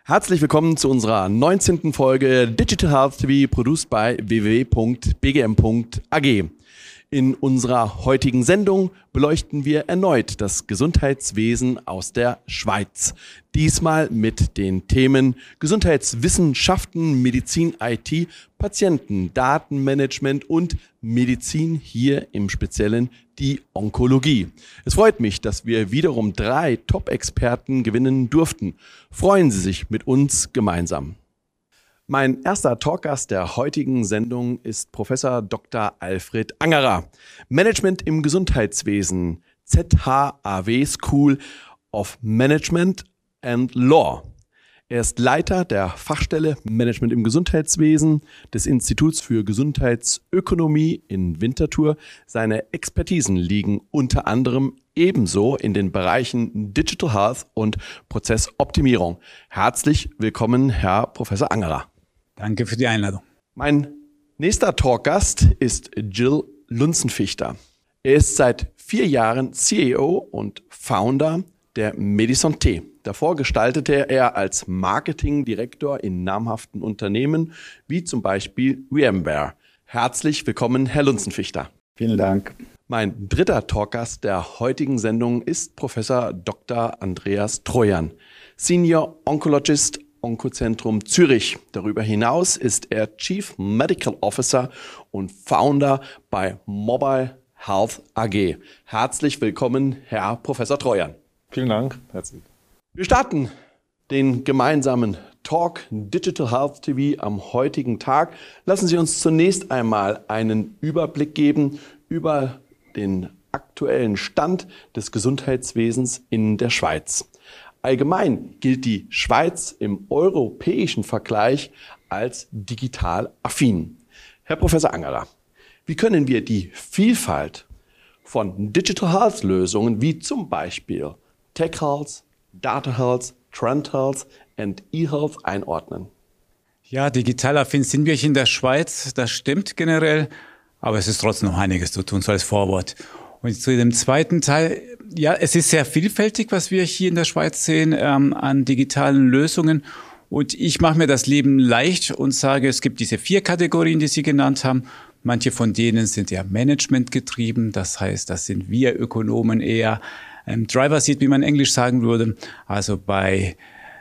Herzlich willkommen zu unserer 19. Folge Digital Health TV, produced by www.bgm.ag. In unserer heutigen Sendung beleuchten wir erneut das Gesundheitswesen aus der Schweiz. Diesmal mit den Themen Gesundheitswissenschaften, Medizin, IT, Patienten, Datenmanagement und Medizin, hier im Speziellen die Onkologie. Es freut mich, dass wir wiederum 3 Top-Experten gewinnen durften. Freuen Sie sich mit uns gemeinsam. Mein erster Talkgast der heutigen Sendung ist Professor Dr. Alfred Angerer, Management im Gesundheitswesen, ZHAW School of Management and Law. Er ist Leiter der Fachstelle Management im Gesundheitswesen des Instituts für Gesundheitsökonomie in Winterthur. Seine Expertisen liegen unter anderem ebenso in den Bereichen Digital Health und Prozessoptimierung. Herzlich willkommen, Herr Professor Angerer. Danke für die Einladung. Mein nächster Talkgast ist Jill Lunzenfichter. Er ist seit 4 Jahren CEO und Founder der Medisanté. Davor gestaltete er als Marketingdirektor in namhaften Unternehmen wie zum Beispiel VMware. Herzlich willkommen, Herr Lunzenfichter. Vielen Dank. Mein dritter Talkgast der heutigen Sendung ist Professor Dr. Andreas Trojan, Senior Oncologist, Onkozentrum Zürich. Darüber hinaus ist er Chief Medical Officer und Founder bei Mobile Health AG. Herzlich willkommen, Herr Professor Trojan. Vielen Dank. Herzlich. Wir starten den gemeinsamen Talk Digital Health TV am heutigen Tag. Lassen Sie uns zunächst einmal einen Überblick geben über den aktuellen Stand des Gesundheitswesens in der Schweiz. Allgemein gilt die Schweiz im europäischen Vergleich als digital affin. Herr Professor Angerer, wie können wir die Vielfalt von Digital Health Lösungen wie zum Beispiel Tech Health, Data Health, Trend Health und eHealth einordnen? Ja, digital affin sind wir hier in der Schweiz, das stimmt generell, aber es ist trotzdem noch einiges zu tun, so als Vorwort. Und zu dem zweiten Teil, ja, es ist sehr vielfältig, was wir hier in der Schweiz sehen an digitalen Lösungen. Und ich mache mir das Leben leicht und sage, es gibt diese 4 Kategorien, die Sie genannt haben. Manche von denen sind ja managementgetrieben, das heißt, das sind wir Ökonomen eher Driver Seat, wie man in Englisch sagen würde. Also beim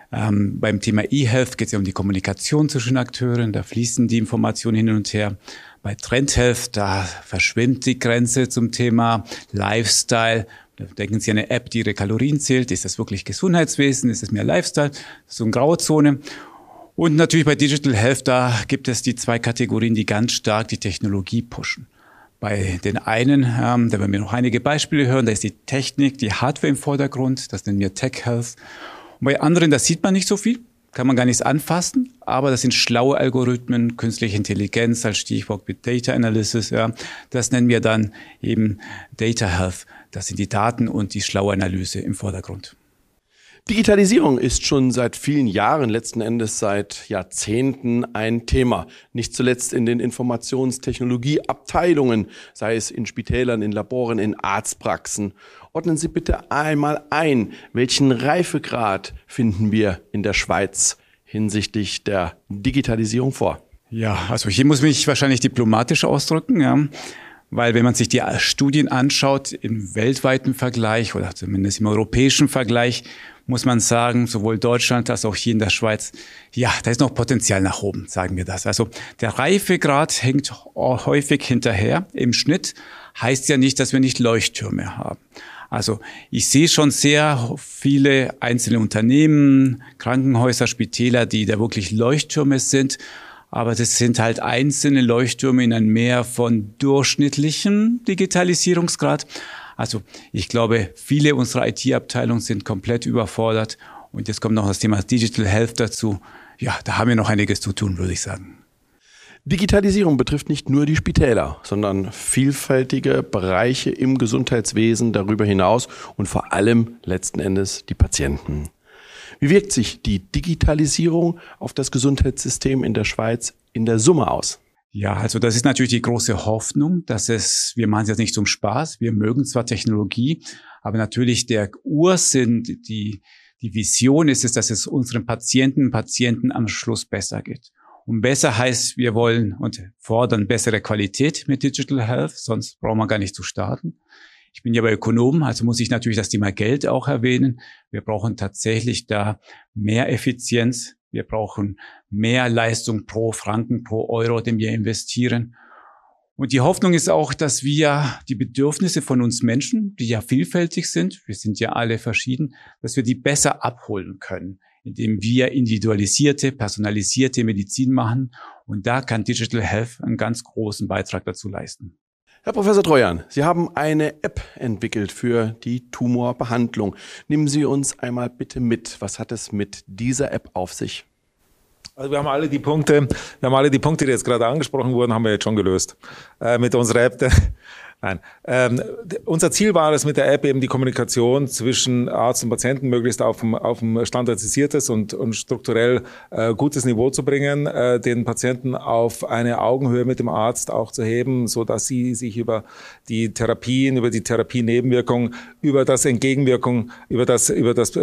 Thema eHealth geht es ja um die Kommunikation zwischen Akteuren, da fließen die Informationen hin und her. Bei Trend Health, da verschwimmt die Grenze zum Thema Lifestyle. Da denken Sie an eine App, die Ihre Kalorien zählt. Ist das wirklich Gesundheitswesen? Ist das mehr Lifestyle? Das ist so eine Grauzone. Und natürlich bei Digital Health, da gibt es die 2 Kategorien, die ganz stark die Technologie pushen. Bei den einen, da werden wir noch einige Beispiele hören, da ist die Technik, die Hardware im Vordergrund, das nennen wir Tech Health. Und bei anderen, da sieht man nicht so viel, kann man gar nichts anfassen, aber das sind schlaue Algorithmen, künstliche Intelligenz als Stichwort Big Data Analysis, ja. Das nennen wir dann eben Data Health, das sind die Daten und die schlaue Analyse im Vordergrund. Digitalisierung ist schon seit vielen Jahren, letzten Endes seit Jahrzehnten ein Thema. Nicht zuletzt in den Informationstechnologieabteilungen, sei es in Spitälern, in Laboren, in Arztpraxen. Ordnen Sie bitte einmal ein, welchen Reifegrad finden wir in der Schweiz hinsichtlich der Digitalisierung vor? Ja, also hier muss ich wahrscheinlich diplomatisch ausdrücken, ja. Weil wenn man sich die Studien anschaut, im weltweiten Vergleich oder zumindest im europäischen Vergleich, muss man sagen, sowohl Deutschland als auch hier in der Schweiz, ja, da ist noch Potenzial nach oben, sagen wir das. Also der Reifegrad hängt häufig hinterher. Im Schnitt heißt ja nicht, dass wir nicht Leuchttürme haben. Also ich sehe schon sehr viele einzelne Unternehmen, Krankenhäuser, Spitäler, die da wirklich Leuchttürme sind. Aber das sind halt einzelne Leuchttürme in einem Meer von durchschnittlichem Digitalisierungsgrad. Also ich glaube, viele unserer IT-Abteilungen sind komplett überfordert. Und jetzt kommt noch das Thema Digital Health dazu. Ja, da haben wir noch einiges zu tun, würde ich sagen. Digitalisierung betrifft nicht nur die Spitäler, sondern vielfältige Bereiche im Gesundheitswesen darüber hinaus und vor allem letzten Endes die Patienten. Wie wirkt sich die Digitalisierung auf das Gesundheitssystem in der Schweiz in der Summe aus? Ja, also das ist natürlich die große Hoffnung, wir machen es jetzt nicht zum Spaß, wir mögen zwar Technologie, aber natürlich der Ursinn, die Die Vision ist es, dass es unseren Patienten am Schluss besser geht. Und besser heißt, wir wollen und fordern bessere Qualität mit Digital Health, sonst brauchen wir gar nicht zu starten. Ich bin ja aber Ökonom, also muss ich natürlich das Thema Geld auch erwähnen. Wir brauchen tatsächlich da mehr Effizienz. Wir brauchen mehr Leistung pro Franken, pro Euro, den wir investieren. Und die Hoffnung ist auch, dass wir die Bedürfnisse von uns Menschen, die ja vielfältig sind, wir sind ja alle verschieden, dass wir die besser abholen können, indem wir individualisierte, personalisierte Medizin machen. Und da kann Digital Health einen ganz großen Beitrag dazu leisten. Herr Professor Trojan, Sie haben eine App entwickelt für die Tumorbehandlung. Nehmen Sie uns einmal bitte mit. Was hat es mit dieser App auf sich? Also wir haben alle die Punkte, die jetzt gerade angesprochen wurden, haben wir jetzt schon gelöst mit unserer App. Nein. Unser Ziel war es mit der App eben die Kommunikation zwischen Arzt und Patienten möglichst auf ein standardisiertes und strukturell gutes Niveau zu bringen, den Patienten auf eine Augenhöhe mit dem Arzt auch zu heben, so dass sie sich über die Therapien, über die Therapienebenwirkung, über das Entgegenwirkung, über das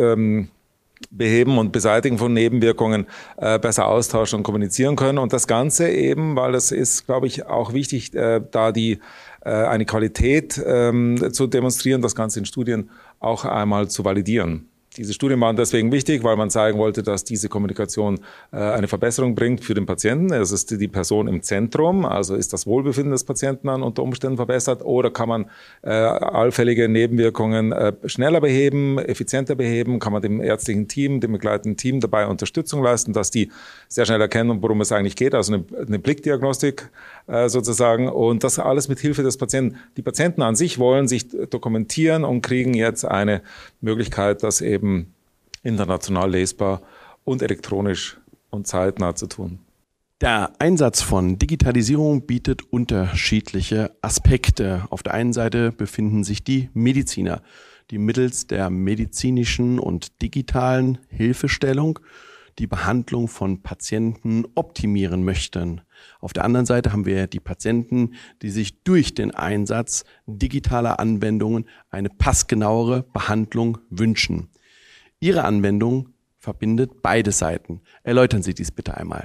Beheben und Beseitigen von Nebenwirkungen besser austauschen und kommunizieren können. Und das Ganze eben, weil das ist, glaube ich, auch wichtig, da eine Qualität zu demonstrieren, das Ganze in Studien auch einmal zu validieren. Diese Studien waren deswegen wichtig, weil man zeigen wollte, dass diese Kommunikation eine Verbesserung bringt für den Patienten. Es ist die Person im Zentrum, also ist das Wohlbefinden des Patienten dann unter Umständen verbessert oder kann man allfällige Nebenwirkungen schneller beheben, effizienter beheben, kann man dem ärztlichen Team, dem begleitenden Team dabei Unterstützung leisten, dass die sehr schnell erkennen, worum es eigentlich geht, also eine Blickdiagnostik sozusagen und das alles mit Hilfe des Patienten. Die Patienten an sich wollen sich dokumentieren und kriegen jetzt eine Möglichkeit, das eben international lesbar und elektronisch und zeitnah zu tun. Der Einsatz von Digitalisierung bietet unterschiedliche Aspekte. Auf der einen Seite befinden sich die Mediziner, die mittels der medizinischen und digitalen Hilfestellung die Behandlung von Patienten optimieren möchten. Auf der anderen Seite haben wir die Patienten, die sich durch den Einsatz digitaler Anwendungen eine passgenauere Behandlung wünschen. Ihre Anwendung verbindet beide Seiten. Erläutern Sie dies bitte einmal.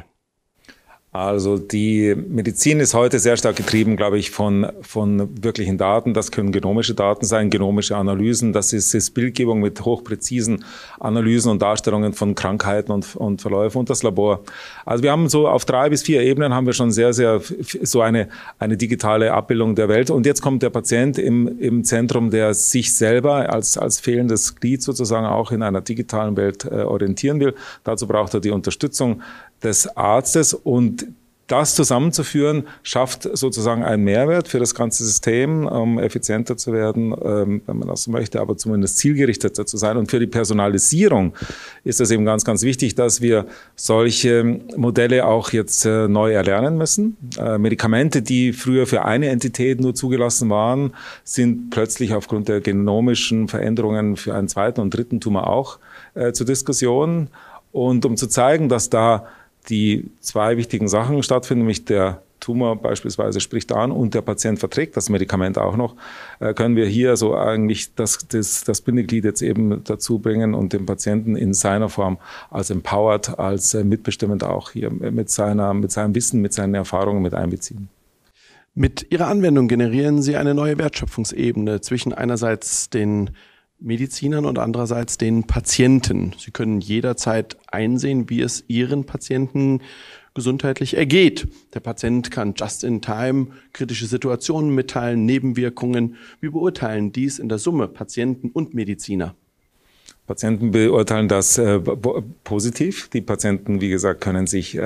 Also die Medizin ist heute sehr stark getrieben, glaube ich, von wirklichen Daten. Das können genomische Daten sein, genomische Analysen. Das ist Bildgebung mit hochpräzisen Analysen und Darstellungen von Krankheiten und Verläufen und das Labor. Also wir haben so auf 3 bis 4 Ebenen haben wir schon sehr so eine digitale Abbildung der Welt. Und jetzt kommt der Patient im Zentrum, der sich selber als fehlendes Glied sozusagen auch in einer digitalen Welt orientieren will. Dazu braucht er die Unterstützung des Arztes und das zusammenzuführen, schafft sozusagen einen Mehrwert für das ganze System, um effizienter zu werden, wenn man das so möchte, aber zumindest zielgerichteter zu sein. Und für die Personalisierung ist es eben ganz, ganz wichtig, dass wir solche Modelle auch jetzt neu erlernen müssen. Medikamente, die früher für eine Entität nur zugelassen waren, sind plötzlich aufgrund der genomischen Veränderungen für einen zweiten und dritten Tumor auch zur Diskussion. Und um zu zeigen, dass da die 2 wichtigen Sachen stattfinden, nämlich der Tumor beispielsweise spricht an und der Patient verträgt das Medikament auch noch, können wir hier so eigentlich das Bindeglied jetzt eben dazu bringen und den Patienten in seiner Form als empowered, als mitbestimmend auch hier mit seinem Wissen, mit seinen Erfahrungen mit einbeziehen. Mit Ihrer Anwendung generieren Sie eine neue Wertschöpfungsebene zwischen einerseits den Medizinern und andererseits den Patienten. Sie können jederzeit einsehen, wie es Ihren Patienten gesundheitlich ergeht. Der Patient kann just in time kritische Situationen mitteilen, Nebenwirkungen. Wir beurteilen dies in der Summe, Patienten und Mediziner. Patienten beurteilen das positiv. Die Patienten, wie gesagt, können sich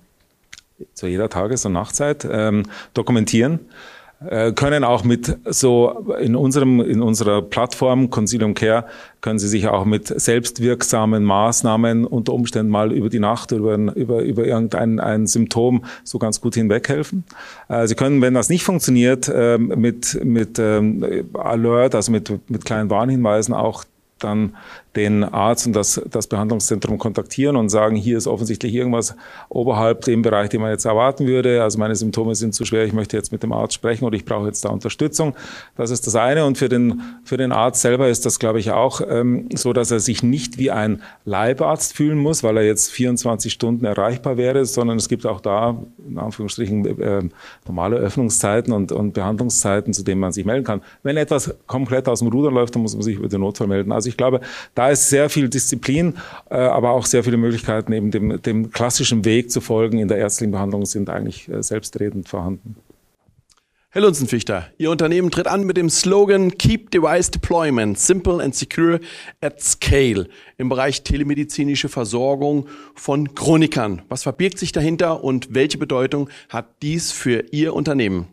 zu jeder Tages- und Nachtzeit dokumentieren. Können auch mit so in unserer Plattform Consilium Care können Sie sich auch mit selbstwirksamen Maßnahmen unter Umständen mal über die Nacht über irgendein Symptom so ganz gut hinweghelfen. Sie können, wenn das nicht funktioniert, mit Alert, also mit kleinen Warnhinweisen auch dann den Arzt und das Behandlungszentrum kontaktieren und sagen, hier ist offensichtlich irgendwas oberhalb dem Bereich, den man jetzt erwarten würde. Also meine Symptome sind zu schwer, ich möchte jetzt mit dem Arzt sprechen oder ich brauche jetzt da Unterstützung. Das ist das eine. Und für den Arzt selber ist das, glaube ich, auch so, dass er sich nicht wie ein Leibarzt fühlen muss, weil er jetzt 24 Stunden erreichbar wäre, sondern es gibt auch da, in Anführungsstrichen, normale Öffnungszeiten und Behandlungszeiten, zu denen man sich melden kann. Wenn etwas komplett aus dem Ruder läuft, dann muss man sich über den Notfall melden. Also ich glaube, da ist sehr viel Disziplin, aber auch sehr viele Möglichkeiten, eben dem klassischen Weg zu folgen in der ärztlichen Behandlung sind eigentlich selbstredend vorhanden. Herr Lunzenfichter, Ihr Unternehmen tritt an mit dem Slogan Keep Device Deployment Simple and Secure at Scale im Bereich telemedizinische Versorgung von Chronikern. Was verbirgt sich dahinter und welche Bedeutung hat dies für Ihr Unternehmen?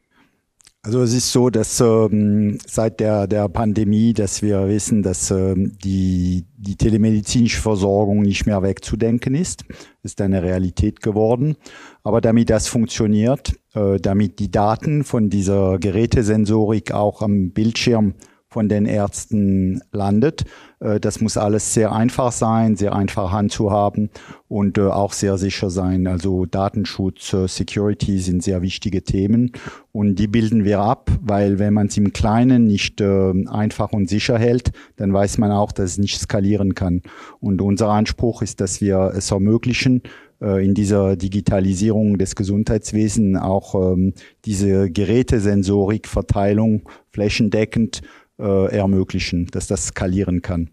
Also es ist so, dass seit der Pandemie, dass wir wissen, dass die telemedizinische Versorgung nicht mehr wegzudenken ist eine Realität geworden. Aber damit das funktioniert, damit die Daten von dieser Gerätesensorik auch am Bildschirm von den Ärzten landet. Das muss alles sehr einfach sein, sehr einfach handzuhaben und auch sehr sicher sein. Also Datenschutz, Security sind sehr wichtige Themen und die bilden wir ab, weil wenn man es im Kleinen nicht einfach und sicher hält, dann weiß man auch, dass es nicht skalieren kann. Und unser Anspruch ist, dass wir es ermöglichen, in dieser Digitalisierung des Gesundheitswesens auch diese Gerätesensorik, Verteilung flächendeckend ermöglichen, dass das skalieren kann.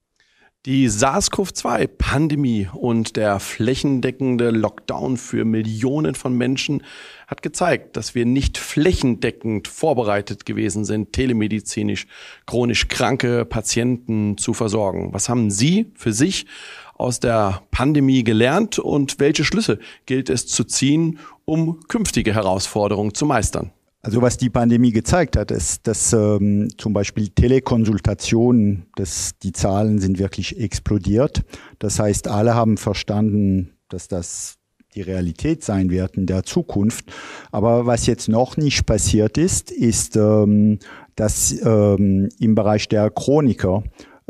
Die SARS-CoV-2-Pandemie und der flächendeckende Lockdown für Millionen von Menschen hat gezeigt, dass wir nicht flächendeckend vorbereitet gewesen sind, telemedizinisch chronisch kranke Patienten zu versorgen. Was haben Sie für sich aus der Pandemie gelernt und welche Schlüsse gilt es zu ziehen, um künftige Herausforderungen zu meistern? Also was die Pandemie gezeigt hat, ist, dass zum Beispiel Telekonsultationen, die Zahlen sind wirklich explodiert. Das heißt, alle haben verstanden, dass das die Realität sein wird in der Zukunft. Aber was jetzt noch nicht passiert ist, dass im Bereich der Chroniker,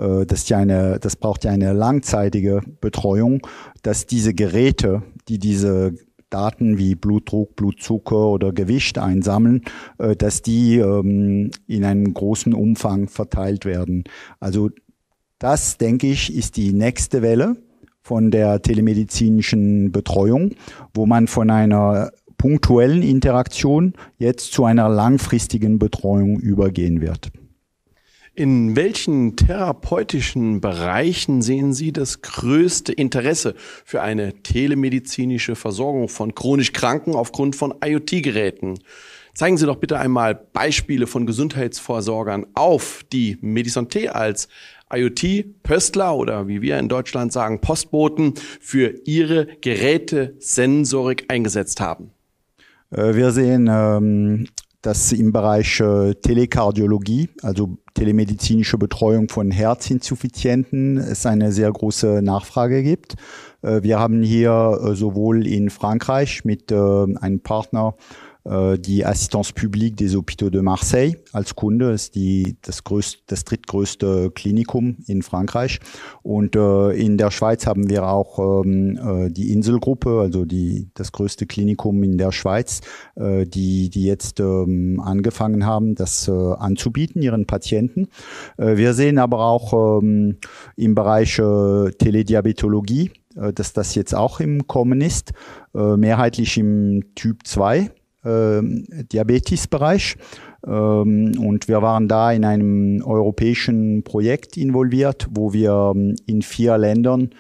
das braucht ja eine langzeitige Betreuung, dass diese Geräte, die diese Daten wie Blutdruck, Blutzucker oder Gewicht einsammeln, dass die in einem großen Umfang verteilt werden. Also das, denke ich, ist die nächste Welle von der telemedizinischen Betreuung, wo man von einer punktuellen Interaktion jetzt zu einer langfristigen Betreuung übergehen wird. In welchen therapeutischen Bereichen sehen Sie das größte Interesse für eine telemedizinische Versorgung von chronisch Kranken aufgrund von IoT-Geräten? Zeigen Sie doch bitte einmal Beispiele von Gesundheitsvorsorgern auf, die Medisonte als IoT-Pöstler oder wie wir in Deutschland sagen, Postboten für ihre Gerätesensorik eingesetzt haben. Wir sehen dass im Bereich Telekardiologie, also telemedizinische Betreuung von Herzinsuffizienten, es eine sehr große Nachfrage gibt. Wir haben hier sowohl in Frankreich mit einem Partner die Assistance Publique des Hôpitaux de Marseille als Kunde, ist das drittgrößte Klinikum in Frankreich. Und in der Schweiz haben wir auch die Inselgruppe, also das größte Klinikum in der Schweiz, die jetzt angefangen haben, das anzubieten, ihren Patienten. Wir sehen aber auch im Bereich Telediabetologie, dass das jetzt auch im Kommen ist, mehrheitlich im Typ 2. Diabetesbereich und wir waren da in einem europäischen Projekt involviert, wo wir in 4 Ländern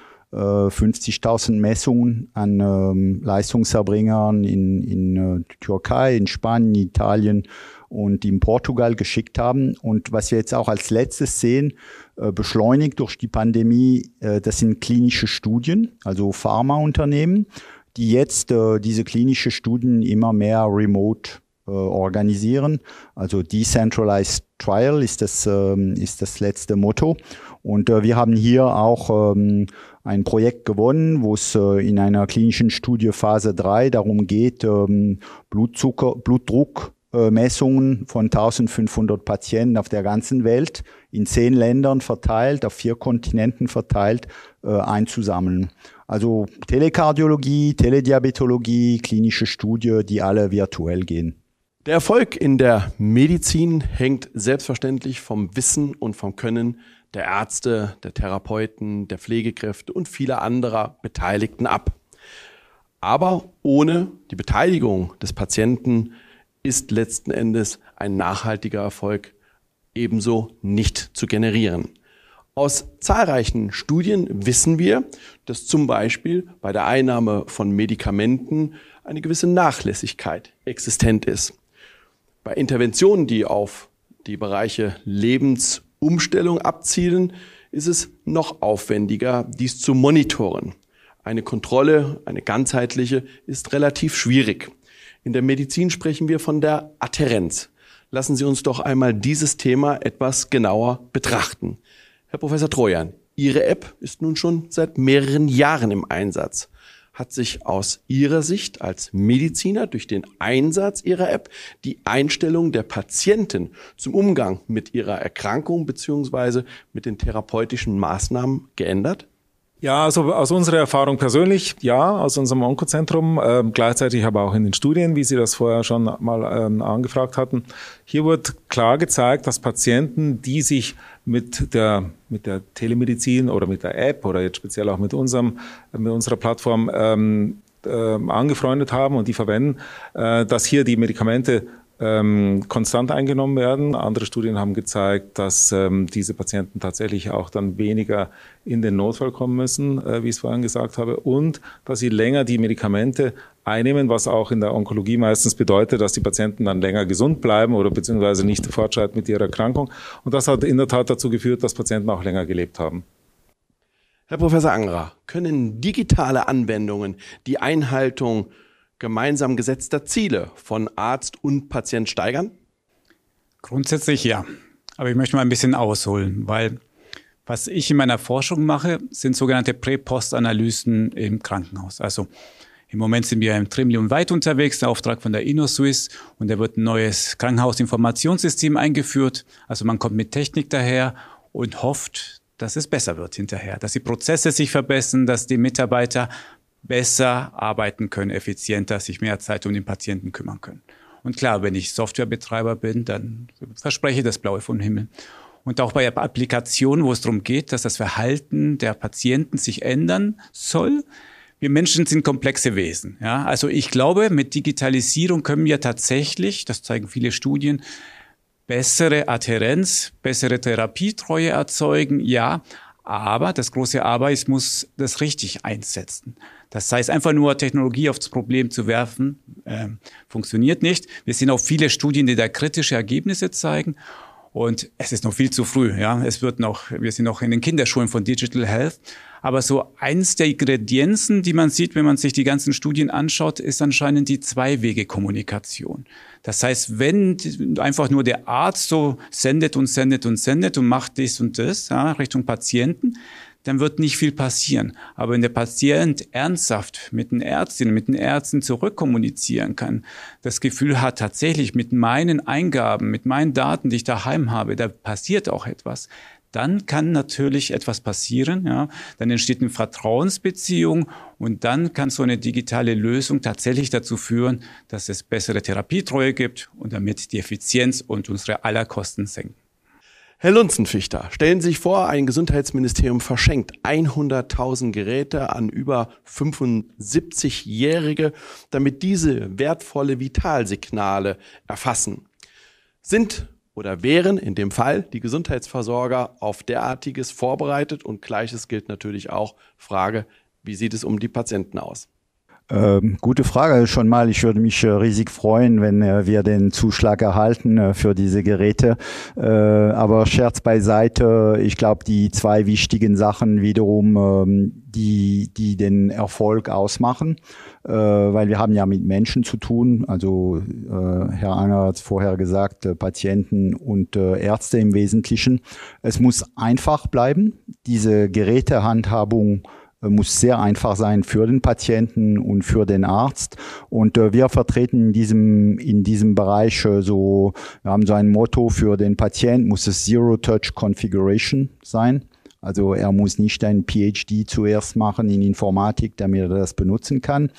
50.000 Messungen an Leistungserbringern in Türkei, in Spanien, Italien und in Portugal geschickt haben. Und was wir jetzt auch als letztes sehen, beschleunigt durch die Pandemie, das sind klinische Studien, also Pharmaunternehmen, die jetzt diese klinische Studien immer mehr remote organisieren. Also Decentralized Trial ist das letzte Motto. Und wir haben hier auch ein Projekt gewonnen, wo es in einer klinischen Studie Phase 3 darum geht, Blutdruck Messungen von 1500 Patienten auf der ganzen Welt, in 10 Ländern verteilt, auf 4 Kontinenten verteilt, einzusammeln. Also Telekardiologie, Telediabetologie, klinische Studie, die alle virtuell gehen. Der Erfolg in der Medizin hängt selbstverständlich vom Wissen und vom Können der Ärzte, der Therapeuten, der Pflegekräfte und vieler anderer Beteiligten ab. Aber ohne die Beteiligung des Patienten ist letzten Endes ein nachhaltiger Erfolg ebenso nicht zu generieren. Aus zahlreichen Studien wissen wir, dass zum Beispiel bei der Einnahme von Medikamenten eine gewisse Nachlässigkeit existent ist. Bei Interventionen, die auf die Bereiche Lebensumstellung abzielen, ist es noch aufwendiger, dies zu monitoren. Eine Kontrolle, eine ganzheitliche, ist relativ schwierig. In der Medizin sprechen wir von der Adhärenz. Lassen Sie uns doch einmal dieses Thema etwas genauer betrachten. Herr Professor Trojan, Ihre App ist nun schon seit mehreren Jahren im Einsatz. Hat sich aus Ihrer Sicht als Mediziner durch den Einsatz Ihrer App die Einstellung der Patienten zum Umgang mit ihrer Erkrankung bzw. mit den therapeutischen Maßnahmen geändert? Ja, also aus unserer Erfahrung persönlich, ja, aus unserem Onkozentrum, gleichzeitig aber auch in den Studien, wie Sie das vorher schon mal angefragt hatten. Hier wird klar gezeigt, dass Patienten, die sich mit der Telemedizin oder mit der App oder jetzt speziell auch mit unserer Plattform angefreundet haben und die verwenden, dass hier die Medikamente konstant eingenommen werden. Andere Studien haben gezeigt, dass diese Patienten tatsächlich auch dann weniger in den Notfall kommen müssen, wie ich es vorhin gesagt habe, und dass sie länger die Medikamente einnehmen, was auch in der Onkologie meistens bedeutet, dass die Patienten dann länger gesund bleiben oder beziehungsweise nicht fortschreiten mit ihrer Erkrankung. Und das hat in der Tat dazu geführt, dass Patienten auch länger gelebt haben. Herr Professor Angerer, können digitale Anwendungen die Einhaltung gemeinsam gesetzter Ziele von Arzt und Patient steigern? Grundsätzlich ja. Aber ich möchte mal ein bisschen ausholen, weil was ich in meiner Forschung mache, sind sogenannte Prä-Post-Analysen im Krankenhaus. Also im Moment sind wir im Trimlion weit unterwegs, der Auftrag von der InnoSwiss, und da wird ein neues Krankenhausinformationssystem eingeführt. Also man kommt mit Technik daher und hofft, dass es besser wird hinterher, dass die Prozesse sich verbessern, dass die Mitarbeiter besser arbeiten können, effizienter, sich mehr Zeit um den Patienten kümmern können. Und klar, wenn ich Softwarebetreiber bin, dann verspreche ich das Blaue vom Himmel. Und auch bei Applikationen, wo es darum geht, dass das Verhalten der Patienten sich ändern soll. Wir Menschen sind komplexe Wesen. Ja? Also ich glaube, mit Digitalisierung können wir tatsächlich, das zeigen viele Studien, bessere Adhärenz, bessere Therapietreue erzeugen, ja. Aber das große Aber, ich muss das richtig einsetzen. Das heißt, einfach nur Technologie aufs Problem zu werfen, funktioniert nicht. Wir sehen auch viele Studien, die da kritische Ergebnisse zeigen. Und es ist noch viel zu früh. Ja, wir sind noch in den Kinderschuhen von Digital Health. Aber so eins der Ingredienzen, die man sieht, wenn man sich die ganzen Studien anschaut, ist anscheinend die Zwei-Wege-Kommunikation. Das heißt, wenn einfach nur der Arzt so sendet und macht dies und das, ja, Richtung Patienten, dann wird nicht viel passieren. Aber wenn der Patient ernsthaft mit den Ärztinnen, mit den Ärzten zurückkommunizieren kann, das Gefühl hat, tatsächlich mit meinen Eingaben, mit meinen Daten, die ich daheim habe, da passiert auch etwas, dann kann natürlich etwas passieren. Ja. Dann entsteht eine Vertrauensbeziehung und dann kann so eine digitale Lösung tatsächlich dazu führen, dass es bessere Therapietreue gibt und damit die Effizienz und unsere aller Kosten senken. Herr Lunzenfichter, stellen Sie sich vor, ein Gesundheitsministerium verschenkt 100.000 Geräte an über 75-Jährige, damit diese wertvolle Vitalsignale erfassen. Sind oder wären in dem Fall die Gesundheitsversorger auf derartiges vorbereitet? Und Gleiches gilt natürlich auch, Frage, wie sieht es um die Patienten aus? Gute Frage schon mal. Ich würde mich riesig freuen, wenn wir den Zuschlag erhalten für diese Geräte. Aber Scherz beiseite, ich glaube, die zwei wichtigen Sachen wiederum, die den Erfolg ausmachen, weil wir haben ja mit Menschen zu tun. Also Herr Anger hat es vorher gesagt, Patienten und Ärzte im Wesentlichen. Es muss einfach bleiben, diese Gerätehandhabung muss sehr einfach sein für den Patienten und für den Arzt. Und wir vertreten in diesem Bereich wir haben so ein Motto: für den Patienten muss es Zero-Touch-Configuration sein. Also er muss nicht ein PhD zuerst machen in Informatik, damit er das benutzen kann.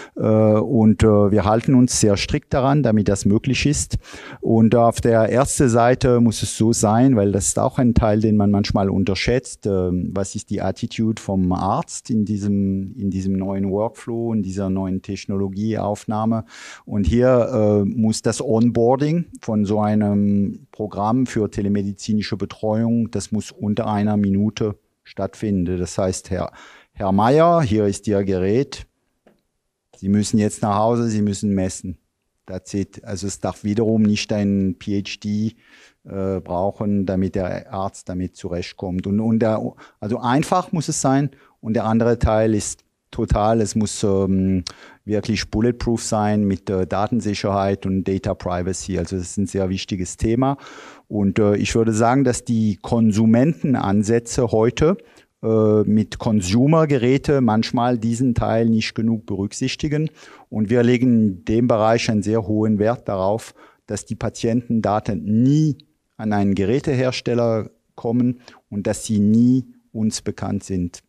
Und wir halten uns sehr strikt daran, damit das möglich ist. Und auf der Ärzteseite muss es so sein, weil das ist auch ein Teil, den man manchmal unterschätzt. Was ist die Attitude vom Arzt in diesem neuen Workflow, in dieser neuen Technologieaufnahme? Und hier muss das Onboarding von so einem Programm für telemedizinische Betreuung, das muss unter einer Minute stattfinden. Das heißt, Herr Meier, hier ist Ihr Gerät. Sie müssen jetzt nach Hause, Sie müssen messen. That's it. Also es darf wiederum nicht ein PhD brauchen, damit der Arzt damit zurechtkommt. Also einfach muss es sein. Und der andere Teil ist total, es muss wirklich bulletproof sein mit Datensicherheit und Data Privacy. Also das ist ein sehr wichtiges Thema. Und ich würde sagen, dass die Konsumentenansätze heute mit Consumer-Geräte manchmal diesen Teil nicht genug berücksichtigen. Und wir legen in dem Bereich einen sehr hohen Wert darauf, dass die Patientendaten nie an einen Gerätehersteller kommen und dass sie nie uns bekannt sind.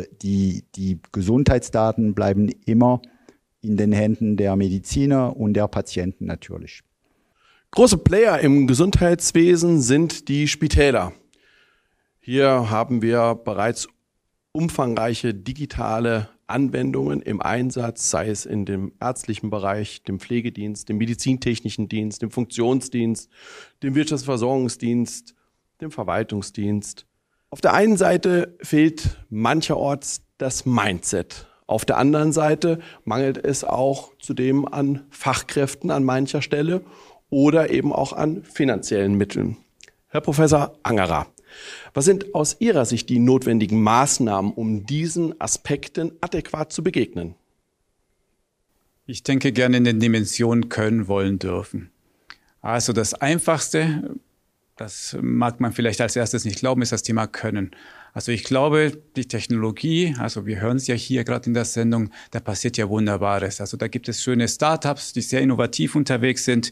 Die Gesundheitsdaten bleiben immer in den Händen der Mediziner und der Patienten natürlich. Große Player im Gesundheitswesen sind die Spitäler. Hier haben wir bereits umfangreiche digitale Anwendungen im Einsatz, sei es in dem ärztlichen Bereich, dem Pflegedienst, dem medizintechnischen Dienst, dem Funktionsdienst, dem Wirtschaftsversorgungsdienst, dem Verwaltungsdienst. Auf der einen Seite fehlt mancherorts das Mindset. Auf der anderen Seite mangelt es auch zudem an Fachkräften an mancher Stelle oder eben auch an finanziellen Mitteln. Herr Professor Angerer, was sind aus Ihrer Sicht die notwendigen Maßnahmen, um diesen Aspekten adäquat zu begegnen? Ich denke gerne in den Dimensionen können, wollen, dürfen. Also das Einfachste, das mag man vielleicht als erstes nicht glauben, ist das Thema Können. Also ich glaube, die Technologie, also wir hören es ja hier gerade in der Sendung, da passiert ja Wunderbares. Also da gibt es schöne Startups, die sehr innovativ unterwegs sind.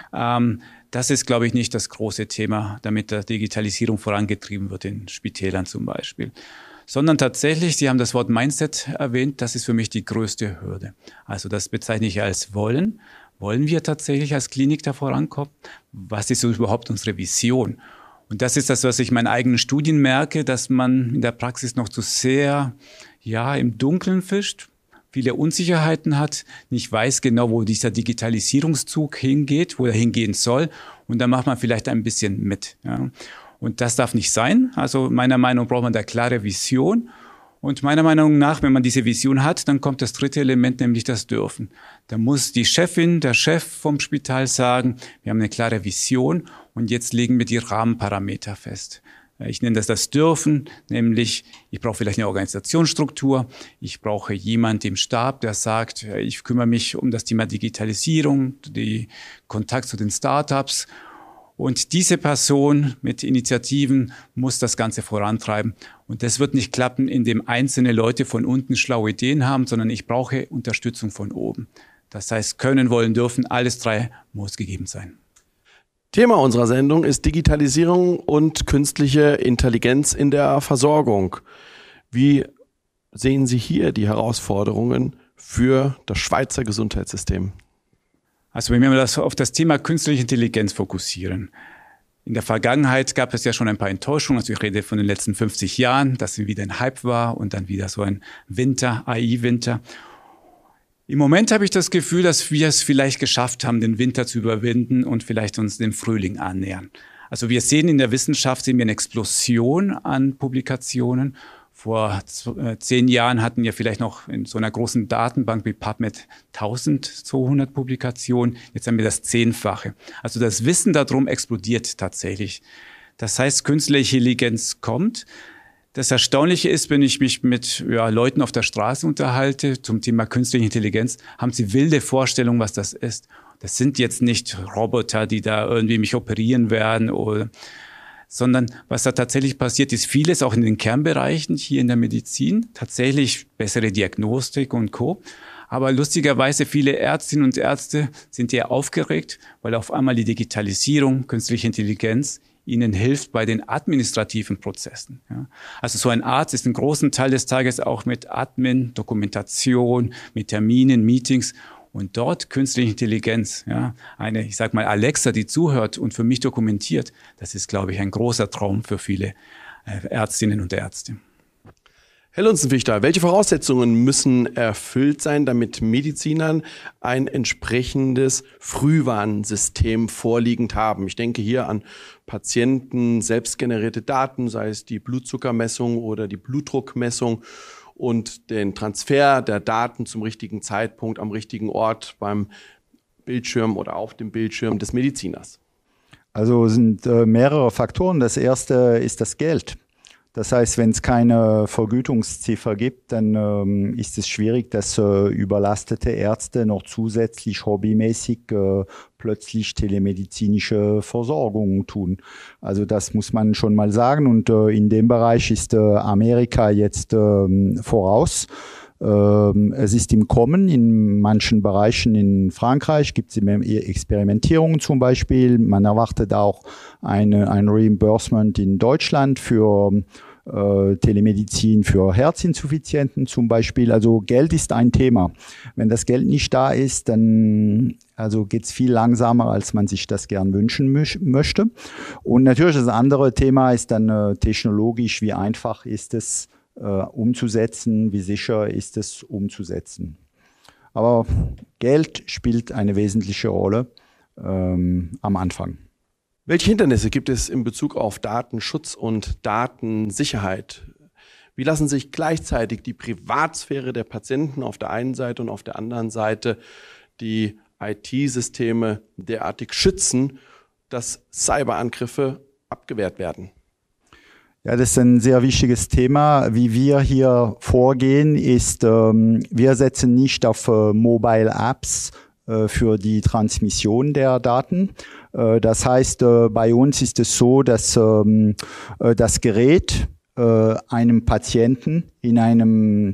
Das ist, glaube ich, nicht das große Thema, damit der Digitalisierung vorangetrieben wird in Spitälern zum Beispiel. Sondern tatsächlich, Sie haben das Wort Mindset erwähnt, das ist für mich die größte Hürde. Also das bezeichne ich als Wollen. Wollen wir tatsächlich als Klinik da vorankommen? Was ist überhaupt unsere Vision? Und das ist das, was ich in meinen eigenen Studien merke, dass man in der Praxis noch zu sehr im Dunkeln fischt, viele Unsicherheiten hat, nicht weiß genau, wo dieser Digitalisierungszug hingeht, wo er hingehen soll. Und dann macht man vielleicht ein bisschen mit. Ja. Und das darf nicht sein. Also meiner Meinung nach braucht man da klare Vision. Und meiner Meinung nach, wenn man diese Vision hat, dann kommt das dritte Element, nämlich das Dürfen. Da muss die Chefin, der Chef vom Spital sagen, wir haben eine klare Vision und jetzt legen wir die Rahmenparameter fest. Ich nenne das Dürfen, nämlich ich brauche vielleicht eine Organisationsstruktur, ich brauche jemanden im Stab, der sagt, ich kümmere mich um das Thema Digitalisierung, die Kontakt zu den Startups. Und diese Person mit Initiativen muss das Ganze vorantreiben. Und das wird nicht klappen, indem einzelne Leute von unten schlaue Ideen haben, sondern ich brauche Unterstützung von oben. Das heißt, können, wollen, dürfen, alles drei muss gegeben sein. Thema unserer Sendung ist Digitalisierung und künstliche Intelligenz in der Versorgung. Wie sehen Sie hier die Herausforderungen für das Schweizer Gesundheitssystem? Also wenn wir das auf das Thema künstliche Intelligenz fokussieren. In der Vergangenheit gab es ja schon ein paar Enttäuschungen. Also ich rede von den letzten 50 Jahren, dass wieder ein Hype war und dann wieder so ein Winter, AI-Winter. Im Moment habe ich das Gefühl, dass wir es vielleicht geschafft haben, den Winter zu überwinden und vielleicht uns dem Frühling annähern. Also wir sehen in der Wissenschaft eine Explosion an Publikationen. Vor 10 Jahren hatten wir vielleicht noch in so einer großen Datenbank wie PubMed 1200 Publikationen. Jetzt haben wir das 10-fache. Also das Wissen darum explodiert tatsächlich. Das heißt, künstliche Intelligenz kommt. Das Erstaunliche ist, wenn ich mich mit Leuten auf der Straße unterhalte zum Thema künstliche Intelligenz, haben sie wilde Vorstellungen, was das ist. Das sind jetzt nicht Roboter, die da irgendwie mich operieren werden, sondern was da tatsächlich passiert, ist vieles auch in den Kernbereichen hier in der Medizin, tatsächlich bessere Diagnostik und Co. Aber lustigerweise viele Ärztinnen und Ärzte sind eher aufgeregt, weil auf einmal die Digitalisierung, künstliche Intelligenz ihnen hilft bei den administrativen Prozessen. Ja. Also so ein Arzt ist einen großen Teil des Tages auch mit Admin, Dokumentation, mit Terminen, Meetings. Und dort künstliche Intelligenz, ja, eine, ich sag mal, Alexa, die zuhört und für mich dokumentiert, das ist, glaube ich, ein großer Traum für viele Ärztinnen und Ärzte. Herr Lunzenfichter, welche Voraussetzungen müssen erfüllt sein, damit Medizinern ein entsprechendes Frühwarnsystem vorliegend haben? Ich denke hier an Patienten, selbstgenerierte Daten, sei es die Blutzuckermessung oder die Blutdruckmessung, und den Transfer der Daten zum richtigen Zeitpunkt am richtigen Ort beim Bildschirm oder auf dem Bildschirm des Mediziners. Also sind mehrere Faktoren. Das erste ist das Geld. Das heißt, wenn es keine Vergütungsziffer gibt, dann ist es schwierig, dass überlastete Ärzte noch zusätzlich hobbymäßig plötzlich telemedizinische Versorgung tun. Also das muss man schon mal sagen. Und in dem Bereich ist Amerika jetzt voraus. Es ist im Kommen in manchen Bereichen. In Frankreich gibt es Experimentierungen zum Beispiel. Man erwartet auch ein Reimbursement in Deutschland für Telemedizin für Herzinsuffizienten zum Beispiel. Also Geld ist ein Thema. Wenn das Geld nicht da ist, dann geht es viel langsamer, als man sich das gern wünschen möchte. Und natürlich das andere Thema ist dann technologisch, wie einfach ist es umzusetzen, wie sicher ist es umzusetzen. Aber Geld spielt eine wesentliche Rolle am Anfang. Welche Hindernisse gibt es in Bezug auf Datenschutz und Datensicherheit? Wie lassen sich gleichzeitig die Privatsphäre der Patienten auf der einen Seite und auf der anderen Seite die IT-Systeme derartig schützen, dass Cyberangriffe abgewehrt werden? Ja, das ist ein sehr wichtiges Thema. Wie wir hier vorgehen, ist, wir setzen nicht auf Mobile Apps für die Transmission der Daten. Das heißt, bei uns ist es so, dass das Gerät einem Patienten in einem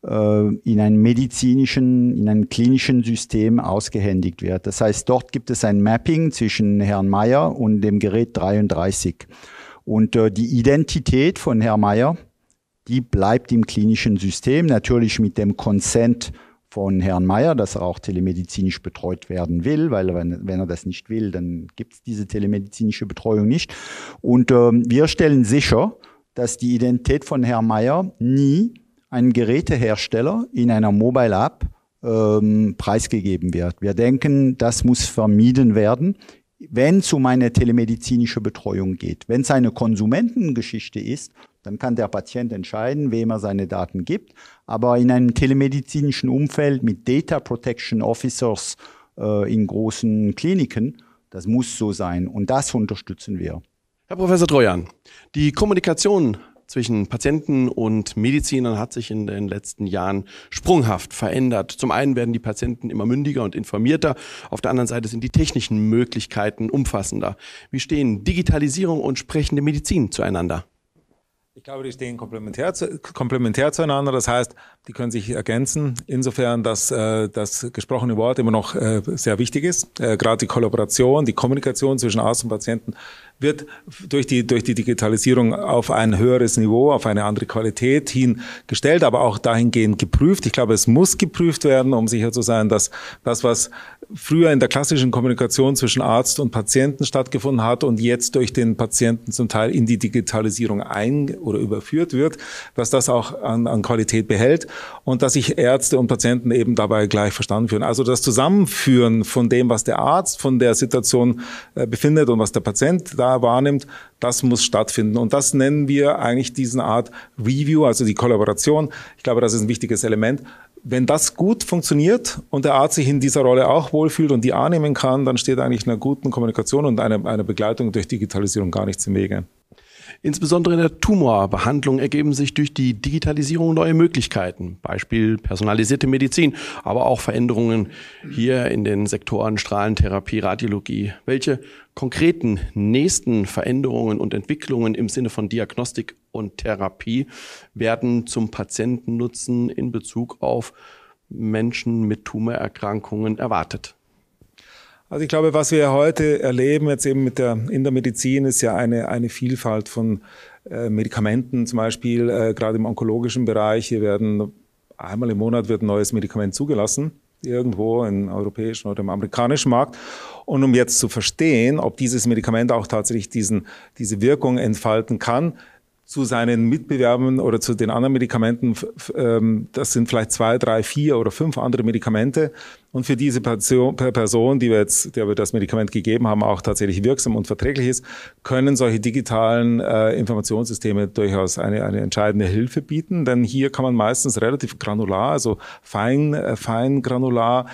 medizinischen, in einem klinischen System ausgehändigt wird. Das heißt, dort gibt es ein Mapping zwischen Herrn Meier und dem Gerät 33. Und die Identität von Herrn Meier, die bleibt im klinischen System, natürlich mit dem Consent von Herrn Meier, dass er auch telemedizinisch betreut werden will, weil wenn er das nicht will, dann gibt es diese telemedizinische Betreuung nicht. Und wir stellen sicher, dass die Identität von Herrn Meier nie einem Gerätehersteller in einer Mobile App preisgegeben wird. Wir denken, das muss vermieden werden, wenn es um eine telemedizinische Betreuung geht. Wenn es eine Konsumentengeschichte ist, dann kann der Patient entscheiden, wem er seine Daten gibt. Aber in einem telemedizinischen Umfeld mit Data Protection Officers in großen Kliniken, das muss so sein. Und das unterstützen wir. Herr Professor Trojan, die Kommunikation zwischen Patienten und Medizinern hat sich in den letzten Jahren sprunghaft verändert. Zum einen werden die Patienten immer mündiger und informierter, auf der anderen Seite sind die technischen Möglichkeiten umfassender. Wie stehen Digitalisierung und sprechende Medizin zueinander? Ich glaube, die stehen komplementär zueinander. Das heißt, die können sich ergänzen, insofern, dass das gesprochene Wort immer noch sehr wichtig ist. Gerade die Kollaboration, die Kommunikation zwischen Arzt und Patienten wird durch die Digitalisierung auf ein höheres Niveau, auf eine andere Qualität hingestellt, aber auch dahingehend geprüft. Ich glaube, es muss geprüft werden, um sicher zu sein, dass das, was früher in der klassischen Kommunikation zwischen Arzt und Patienten stattgefunden hat und jetzt durch den Patienten zum Teil in die Digitalisierung oder überführt wird, dass das auch an Qualität behält und dass sich Ärzte und Patienten eben dabei gleich verstanden fühlen. Also das Zusammenführen von dem, was der Arzt von der Situation befindet und was der Patient da wahrnimmt, das muss stattfinden. Und das nennen wir eigentlich diesen Art Review, also die Kollaboration. Ich glaube, das ist ein wichtiges Element. Wenn das gut funktioniert und der Arzt sich in dieser Rolle auch wohlfühlt und die annehmen kann, dann steht eigentlich einer guten Kommunikation und einer Begleitung durch Digitalisierung gar nichts im Wege. Insbesondere in der Tumorbehandlung ergeben sich durch die Digitalisierung neue Möglichkeiten. Beispiel personalisierte Medizin, aber auch Veränderungen hier in den Sektoren Strahlentherapie, Radiologie. Welche konkreten nächsten Veränderungen und Entwicklungen im Sinne von Diagnostik und Therapie werden zum Patientennutzen in Bezug auf Menschen mit Tumorerkrankungen erwartet? Also ich glaube, was wir heute erleben jetzt eben in der Medizin, ist ja eine Vielfalt von Medikamenten, zum Beispiel gerade im onkologischen Bereich. Hier werden einmal im Monat wird ein neues Medikament zugelassen, irgendwo im europäischen oder im amerikanischen Markt. Und um jetzt zu verstehen, ob dieses Medikament auch tatsächlich diese Wirkung entfalten kann, zu seinen Mitbewerbern oder zu den anderen Medikamenten, das sind vielleicht 2, 3, 4 oder 5 andere Medikamente. Und für diese Person, der wir das Medikament gegeben haben, auch tatsächlich wirksam und verträglich ist, können solche digitalen Informationssysteme durchaus eine entscheidende Hilfe bieten. Denn hier kann man meistens relativ granular, also fein granular,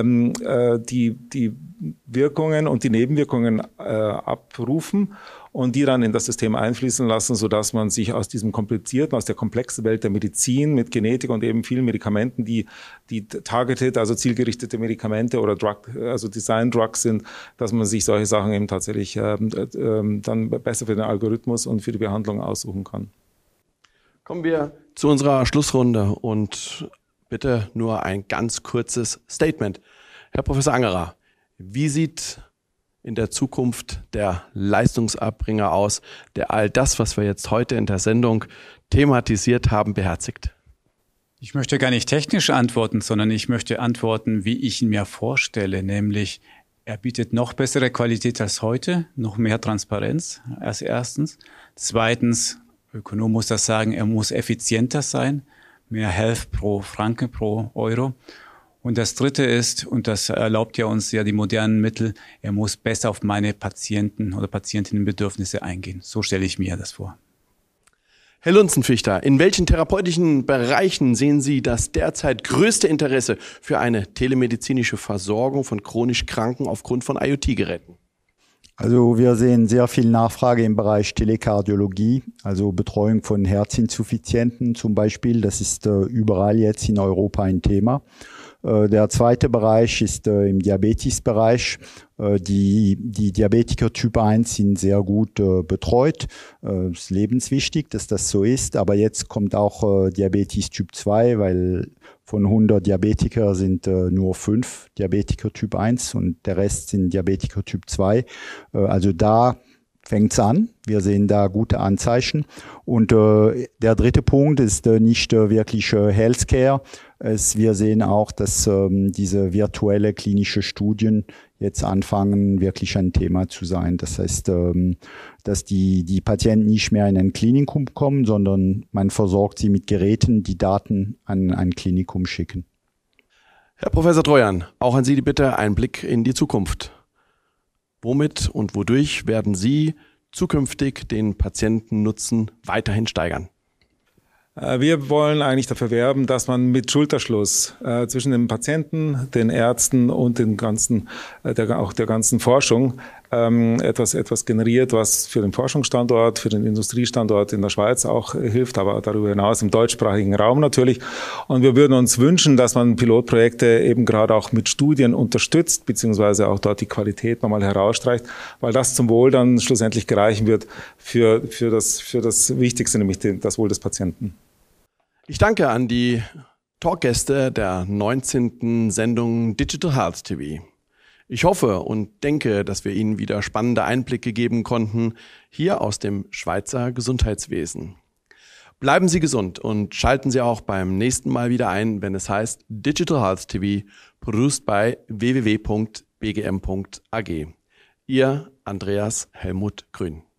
die Wirkungen und die Nebenwirkungen abrufen und die dann in das System einfließen lassen, sodass man sich aus diesem komplizierten, aus der komplexen Welt der Medizin mit Genetik und eben vielen Medikamenten, die targeted, also zielgerichtete Medikamente oder also Design Drugs sind, dass man sich solche Sachen eben tatsächlich dann besser für den Algorithmus und für die Behandlung aussuchen kann. Kommen wir zu unserer Schlussrunde und bitte nur ein ganz kurzes Statement. Herr Professor Angerer, wie sieht in der Zukunft der Leistungserbringer aus, der all das, was wir jetzt heute in der Sendung thematisiert haben, beherzigt? Ich möchte gar nicht technisch antworten, sondern ich möchte antworten, wie ich ihn mir vorstelle, nämlich er bietet noch bessere Qualität als heute, noch mehr Transparenz als erstens. Zweitens, Ökonom muss das sagen, er muss effizienter sein, mehr Health pro Franke, pro Euro. Und das Dritte ist, und das erlaubt ja uns ja die modernen Mittel, er muss besser auf meine Patienten oder Patientinnenbedürfnisse eingehen. So stelle ich mir das vor. Herr Lunzenfichter, in welchen therapeutischen Bereichen sehen Sie das derzeit größte Interesse für eine telemedizinische Versorgung von chronisch Kranken aufgrund von IoT-Geräten? Also wir sehen sehr viel Nachfrage im Bereich Telekardiologie, also Betreuung von Herzinsuffizienten zum Beispiel. Das ist überall jetzt in Europa ein Thema. Der zweite Bereich ist im Diabetesbereich. Die Diabetiker Typ 1 sind sehr gut betreut. Es ist lebenswichtig, dass das so ist. Aber jetzt kommt auch Diabetes Typ 2, weil von 100 Diabetiker sind nur 5 Diabetiker Typ 1 und der Rest sind Diabetiker Typ 2. Also da fängt's an. Wir sehen da gute Anzeichen. Und der dritte Punkt ist nicht wirklich Healthcare. Wir sehen auch, dass diese virtuelle klinische Studien jetzt anfangen, wirklich ein Thema zu sein. Das heißt, dass die Patienten nicht mehr in ein Klinikum kommen, sondern man versorgt sie mit Geräten, die Daten an ein Klinikum schicken. Herr Professor Trojan, auch an Sie die Bitte, ein Blick in die Zukunft. Womit und wodurch werden Sie zukünftig den Patientennutzen weiterhin steigern? Wir wollen eigentlich dafür werben, dass man mit Schulterschluss zwischen den Patienten, den Ärzten und der ganzen Forschung etwas generiert, was für den Forschungsstandort, für den Industriestandort in der Schweiz auch hilft, aber darüber hinaus im deutschsprachigen Raum natürlich. Und wir würden uns wünschen, dass man Pilotprojekte eben gerade auch mit Studien unterstützt, beziehungsweise auch dort die Qualität nochmal herausstreicht, weil das zum Wohl dann schlussendlich gereichen wird für das Wichtigste, nämlich das Wohl des Patienten. Ich danke an die Talkgäste der 19. Sendung Digital Health TV. Ich hoffe und denke, dass wir Ihnen wieder spannende Einblicke geben konnten, hier aus dem Schweizer Gesundheitswesen. Bleiben Sie gesund und schalten Sie auch beim nächsten Mal wieder ein, wenn es heißt Digital Health TV, produced by www.bgm.ag. Ihr Andreas Helmut Grün.